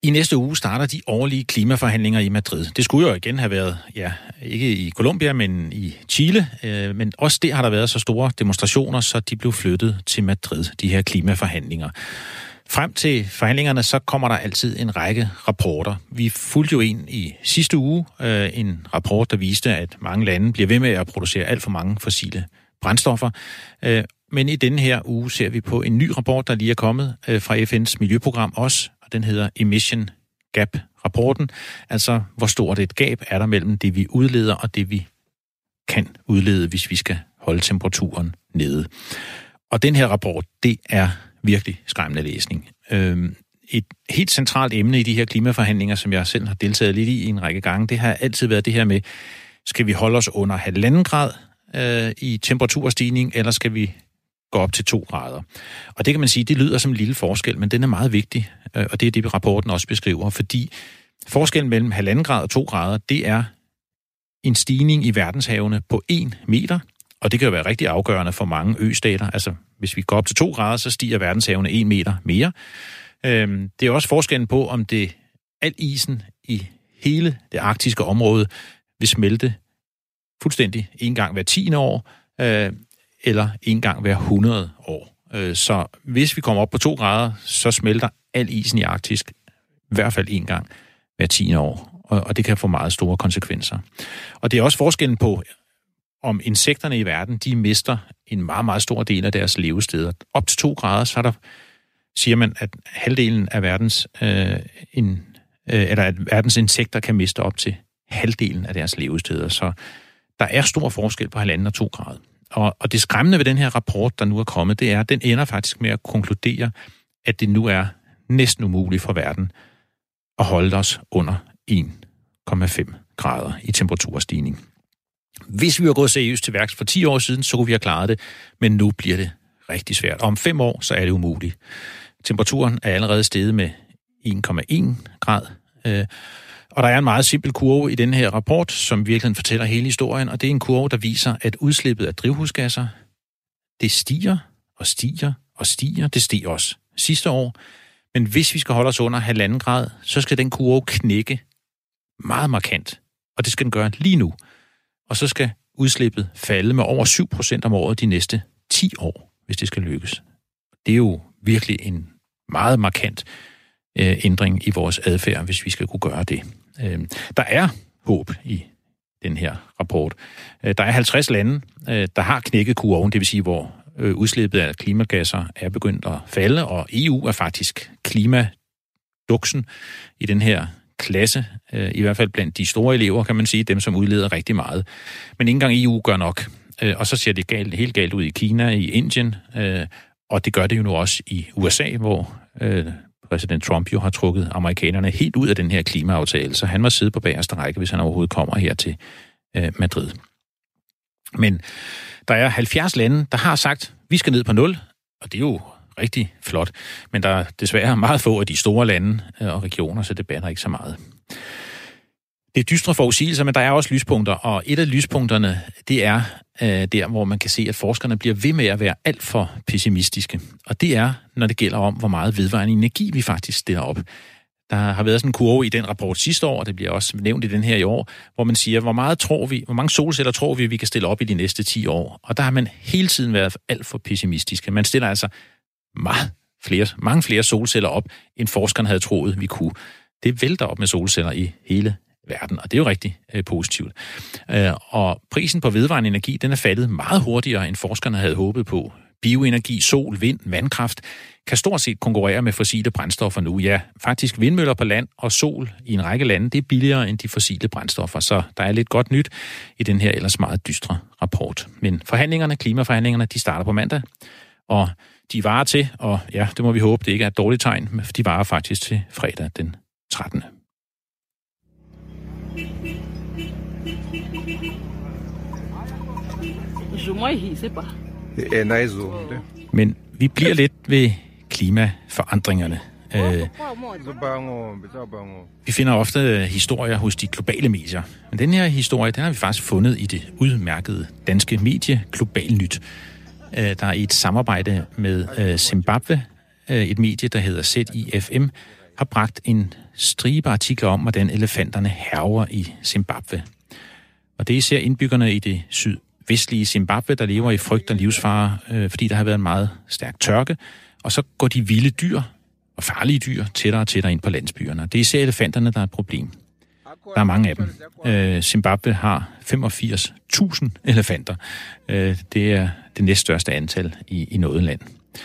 I næste uge starter de årlige klimaforhandlinger i Madrid. Det skulle jo igen have været, ikke i Colombia, men i Chile. Men også der har der været så store demonstrationer, så de blev flyttet til Madrid, de her klimaforhandlinger. Frem til forhandlingerne, så kommer der altid en række rapporter. Vi fulgte jo en i sidste uge, en rapport, der viste, at mange lande bliver ved med at producere alt for mange fossile brændstoffer. Men i denne her uge ser vi på en ny rapport, der lige er kommet fra FN's miljøprogram også, og den hedder Emission Gap-rapporten. Altså, hvor stort et gab er der mellem det, vi udleder, og det, vi kan udlede, hvis vi skal holde temperaturen nede. Og den her rapport, det er virkelig skræmmende læsning. Et helt centralt emne i de her klimaforhandlinger, som jeg selv har deltaget lidt i en række gange, det har altid været det her med, skal vi holde os under 1,5 grad i temperaturstigning, eller skal vi gå op til 2 grader? Og det kan man sige, det lyder som en lille forskel, men den er meget vigtig, og det er det, rapporten også beskriver, fordi forskellen mellem 1,5 grad og 2 grader, det er en stigning i verdenshavene på 1 meter, og det kan jo være rigtig afgørende for mange østater. Altså, hvis vi går op til 2 grader, så stiger verdenshavene 1 meter mere. Det er også forskellen på, om al isen i hele det arktiske område vil smelte fuldstændig en gang hver 10. år, eller en gang hver 100 år. Så hvis vi kommer op på 2 grader, så smelter al isen i Arktis i hvert fald en gang hver 10. år, og det kan få meget store konsekvenser. Og det er også forskellen på, om insekterne i verden, de mister en meget, meget stor del af deres levesteder. Op til 2 grader, så er der, siger man, at halvdelen af verdens insekter kan miste op til halvdelen af deres levesteder. Så der er stor forskel på 1,5 og 2 grader. Og det skræmmende ved den her rapport, der nu er kommet, det er, at den ender faktisk med at konkludere, at det nu er næsten umuligt for verden at holde os under 1,5 grader i temperaturstigning. Hvis vi var gået seriøst til værks for 10 år siden, så kunne vi have klaret det, men nu bliver det rigtig svært. Og om 5 år, så er det umuligt. Temperaturen er allerede steget med 1,1 grad. Og der er en meget simpel kurve i den her rapport, som virkelig fortæller hele historien, og det er en kurve, der viser, at udslippet af drivhusgasser, det stiger og stiger og stiger. Det steg også sidste år. Men hvis vi skal holde os under 1,5 grad, så skal den kurve knække meget markant. Og det skal den gøre lige nu. Og så skal udslippet falde med over 7% om året de næste 10 år, hvis det skal lykkes. Det er jo virkelig en meget markant ændring i vores adfærd, hvis vi skal kunne gøre det. Der er håb i den her rapport. Der er 50 lande, der har knækket kurven, det vil sige, hvor udslippet af klimagasser er begyndt at falde, og EU er faktisk klimaduksen i den her klasse, i hvert fald blandt de store elever, kan man sige, dem som udleder rigtig meget. Men ikke engang EU gør nok. Og så ser det helt galt ud i Kina, i Indien, og det gør det jo nu også i USA, hvor præsident Trump jo har trukket amerikanerne helt ud af den her klimaaftale, så han må sidde på bagerste række, hvis han overhovedet kommer her til Madrid. Men der er 70 lande, der har sagt, vi skal ned på 0, og det er jo rigtig flot. Men der er desværre meget få af de store lande og regioner, så det batter ikke så meget. Det er dystre forudsigelser, men der er også lyspunkter, og et af lyspunkterne, det er der, hvor man kan se, at forskerne bliver ved med at være alt for pessimistiske. Og det er, når det gælder om, hvor meget vedvarende energi vi faktisk stiller op. Der har været sådan en kurve i den rapport sidste år, og det bliver også nævnt i den her i år, hvor man siger, hvor mange solceller tror vi kan stille op i de næste 10 år. Og der har man hele tiden været alt for pessimistiske. Man stiller altså mange flere solceller op, end forskerne havde troet, vi kunne. Det vælter op med solceller i hele verden, og det er jo rigtig positivt. Og prisen på vedvarende energi, den er faldet meget hurtigere, end forskerne havde håbet på. Bioenergi, sol, vind, vandkraft kan stort set konkurrere med fossile brændstoffer nu. Ja, faktisk vindmøller på land og sol i en række lande, det er billigere end de fossile brændstoffer, så der er lidt godt nyt i den her ellers meget dystre rapport. Men klimaforhandlingerne, de starter på mandag, og de varer til, og ja, det må vi håbe, det ikke er et dårligt tegn, men de varer faktisk til fredag den 13. Men vi bliver lidt ved klimaforandringerne. Vi finder ofte historier hos de globale medier. Men den her historie, den har vi faktisk fundet i det udmærkede danske medie Global Nyt. Der er i et samarbejde med Zimbabwe, et medie, der hedder ZIFM, har bragt en stribe artikler om, hvordan elefanterne hærger i Zimbabwe. Og det er især indbyggerne i det sydvestlige Zimbabwe, der lever i frygt og livsfare, fordi der har været en meget stærk tørke. Og så går de vilde dyr og farlige dyr tættere og tættere ind på landsbyerne. Det er især elefanterne, der er et problem. Der er mange af dem. Zimbabwe har 85.000 elefanter. Det er det næststørste antal i noget land.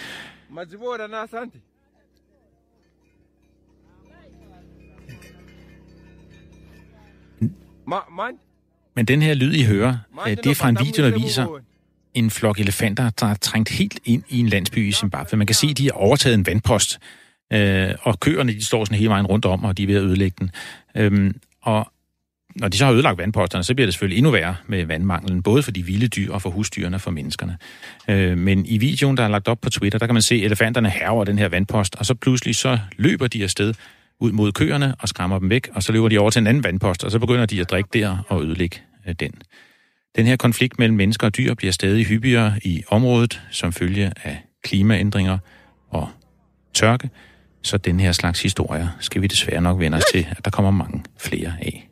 Men den her lyd, I hører, det er fra en video, der viser en flok elefanter, der er trængt helt ind i en landsby i Zimbabwe. Man kan se, at de har overtaget en vandpost, og køerne de står sådan hele vejen rundt om, og de er ved at ødelægge den. Og når de så har ødelagt vandposterne, så bliver det selvfølgelig endnu værre med vandmanglen, både for de vilde dyr og for husdyrene og for menneskerne. Men i videoen, der er lagt op på Twitter, der kan man se, at elefanterne hærger den her vandpost, og så pludselig så løber de afsted ud mod køerne og skræmmer dem væk, og så løber de over til en anden vandpost, og så begynder de at drikke der og ødelægge den. Den her konflikt mellem mennesker og dyr bliver stadig hyppigere i området, som følge af klimaændringer og tørke, så den her slags historier skal vi desværre nok vende os til, at der kommer mange flere af.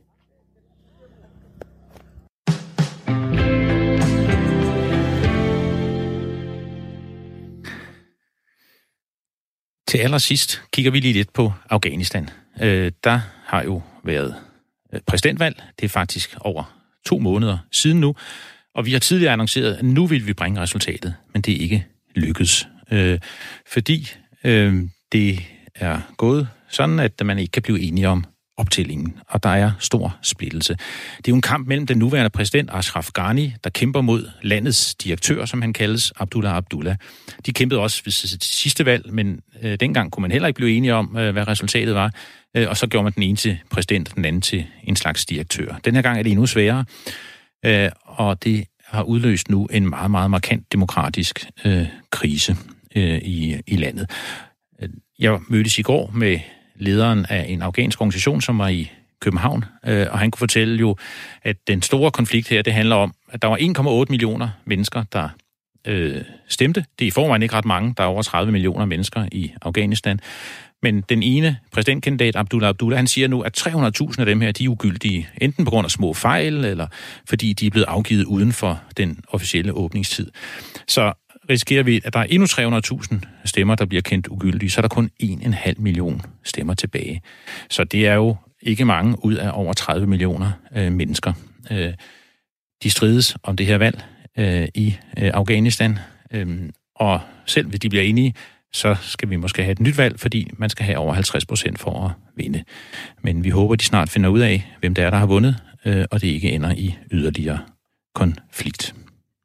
Til allersidst kigger vi lige lidt på Afghanistan. Der har jo været præsidentvalg. Det er faktisk over 2 måneder siden nu. Og vi har tidligere annonceret, at nu vil vi bringe resultatet, men det er ikke lykkedes. Fordi det er gået sådan, at man ikke kan blive enige om optællingen, og der er stor splittelse. Det er jo en kamp mellem den nuværende præsident Ashraf Ghani, der kæmper mod landets direktør, som han kaldes, Abdullah Abdullah. De kæmpede også ved sidste valg, men dengang kunne man heller ikke blive enige om, hvad resultatet var, og så gjorde man den ene til præsident, og den anden til en slags direktør. Den her gang er det endnu sværere, og det har udløst nu en meget, meget markant demokratisk krise i landet. Jeg mødtes i går med lederen af en afghansk organisation, som var i København, og han kunne fortælle jo, at den store konflikt her, det handler om, at der var 1,8 millioner mennesker, der stemte. Det er i forvejen ikke ret mange. Der er over 30 millioner mennesker i Afghanistan. Men den ene præsidentkandidat, Abdullah Abdullah, han siger nu, at 300.000 af dem her, de er ugyldtige, enten på grund af små fejl, eller fordi de er blevet afgivet uden for den officielle åbningstid. Så risikerer vi, at der er endnu 300.000 stemmer, der bliver kendt ugyldige, så er der kun 1,5 million stemmer tilbage. Så det er jo ikke mange ud af over 30 millioner mennesker. De strides om det her valg i Afghanistan, og selv hvis de bliver enige, så skal vi måske have et nyt valg, fordi man skal have over 50% for at vinde. Men vi håber, de snart finder ud af, hvem det er, der har vundet, og det ikke ender i yderligere konflikt.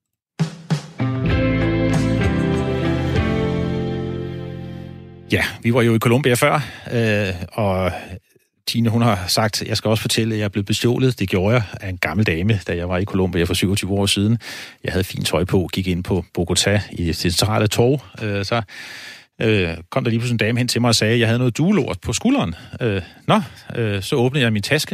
Ja, vi var jo i Colombia før, og Tine, hun har sagt, jeg skal også fortælle, at jeg er blevet bestjålet. Det gjorde jeg af en gammel dame, da jeg var i Colombia for 27 år siden. Jeg havde fint tøj på, gik ind på Bogotá i det centrale torv. Så kom der lige pludselig en dame hen til mig og sagde, at jeg havde noget duelort på skulderen. Så åbnede jeg min taske,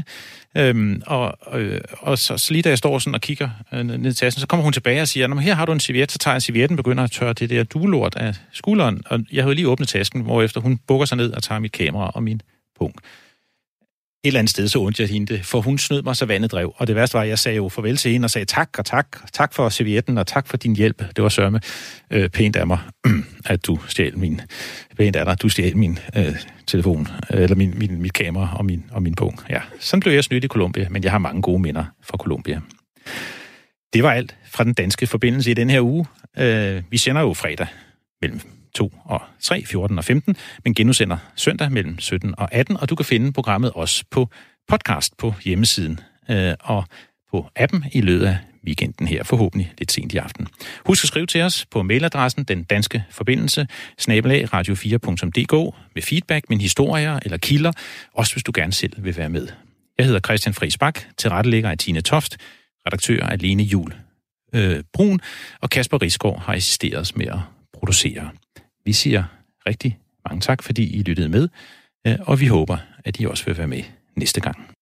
og så lige da jeg står sådan og kigger ned i tasken, så kommer hun tilbage og siger, her har du en serviet, så tager jeg servietten og begynder at tørre det der duelort af skulderen. Og jeg havde lige åbnet tasken, hvorefter hun bukker sig ned og tager mit kamera og min punkt. Et eller andet sted, så undte jeg hende, for hun snød mig, så vandet drev. Og det værste var, at jeg sagde jo farvel til hende og sagde tak for servietten, og tak for din hjælp. Det var sørme pænt af mig, at du stjal min telefon, eller mit kamera og min punkt. Ja, sådan blev jeg snydt i Colombia, men jeg har mange gode minder fra Colombia. Det var alt fra den danske forbindelse i den her uge. Vi sender jo fredag mellem 2 og 3, 14 og 15, men genudsender søndag mellem 17 og 18, og du kan finde programmet også på podcast på hjemmesiden og på appen i løbet af weekenden her, forhåbentlig lidt sent i aften. Husk at skrive til os på mailadressen den danske forbindelse @radio4.dk med feedback, med historier eller kilder, også hvis du gerne selv vil være med. Jeg hedder Christian Friis Bak, tilrettelægger af Tine Toft, redaktør af Lene Juhl Brun, og Kasper Risgaard har assisteret os med at producere. Vi siger rigtig mange tak, fordi I lyttede med, og vi håber, at I også vil være med næste gang.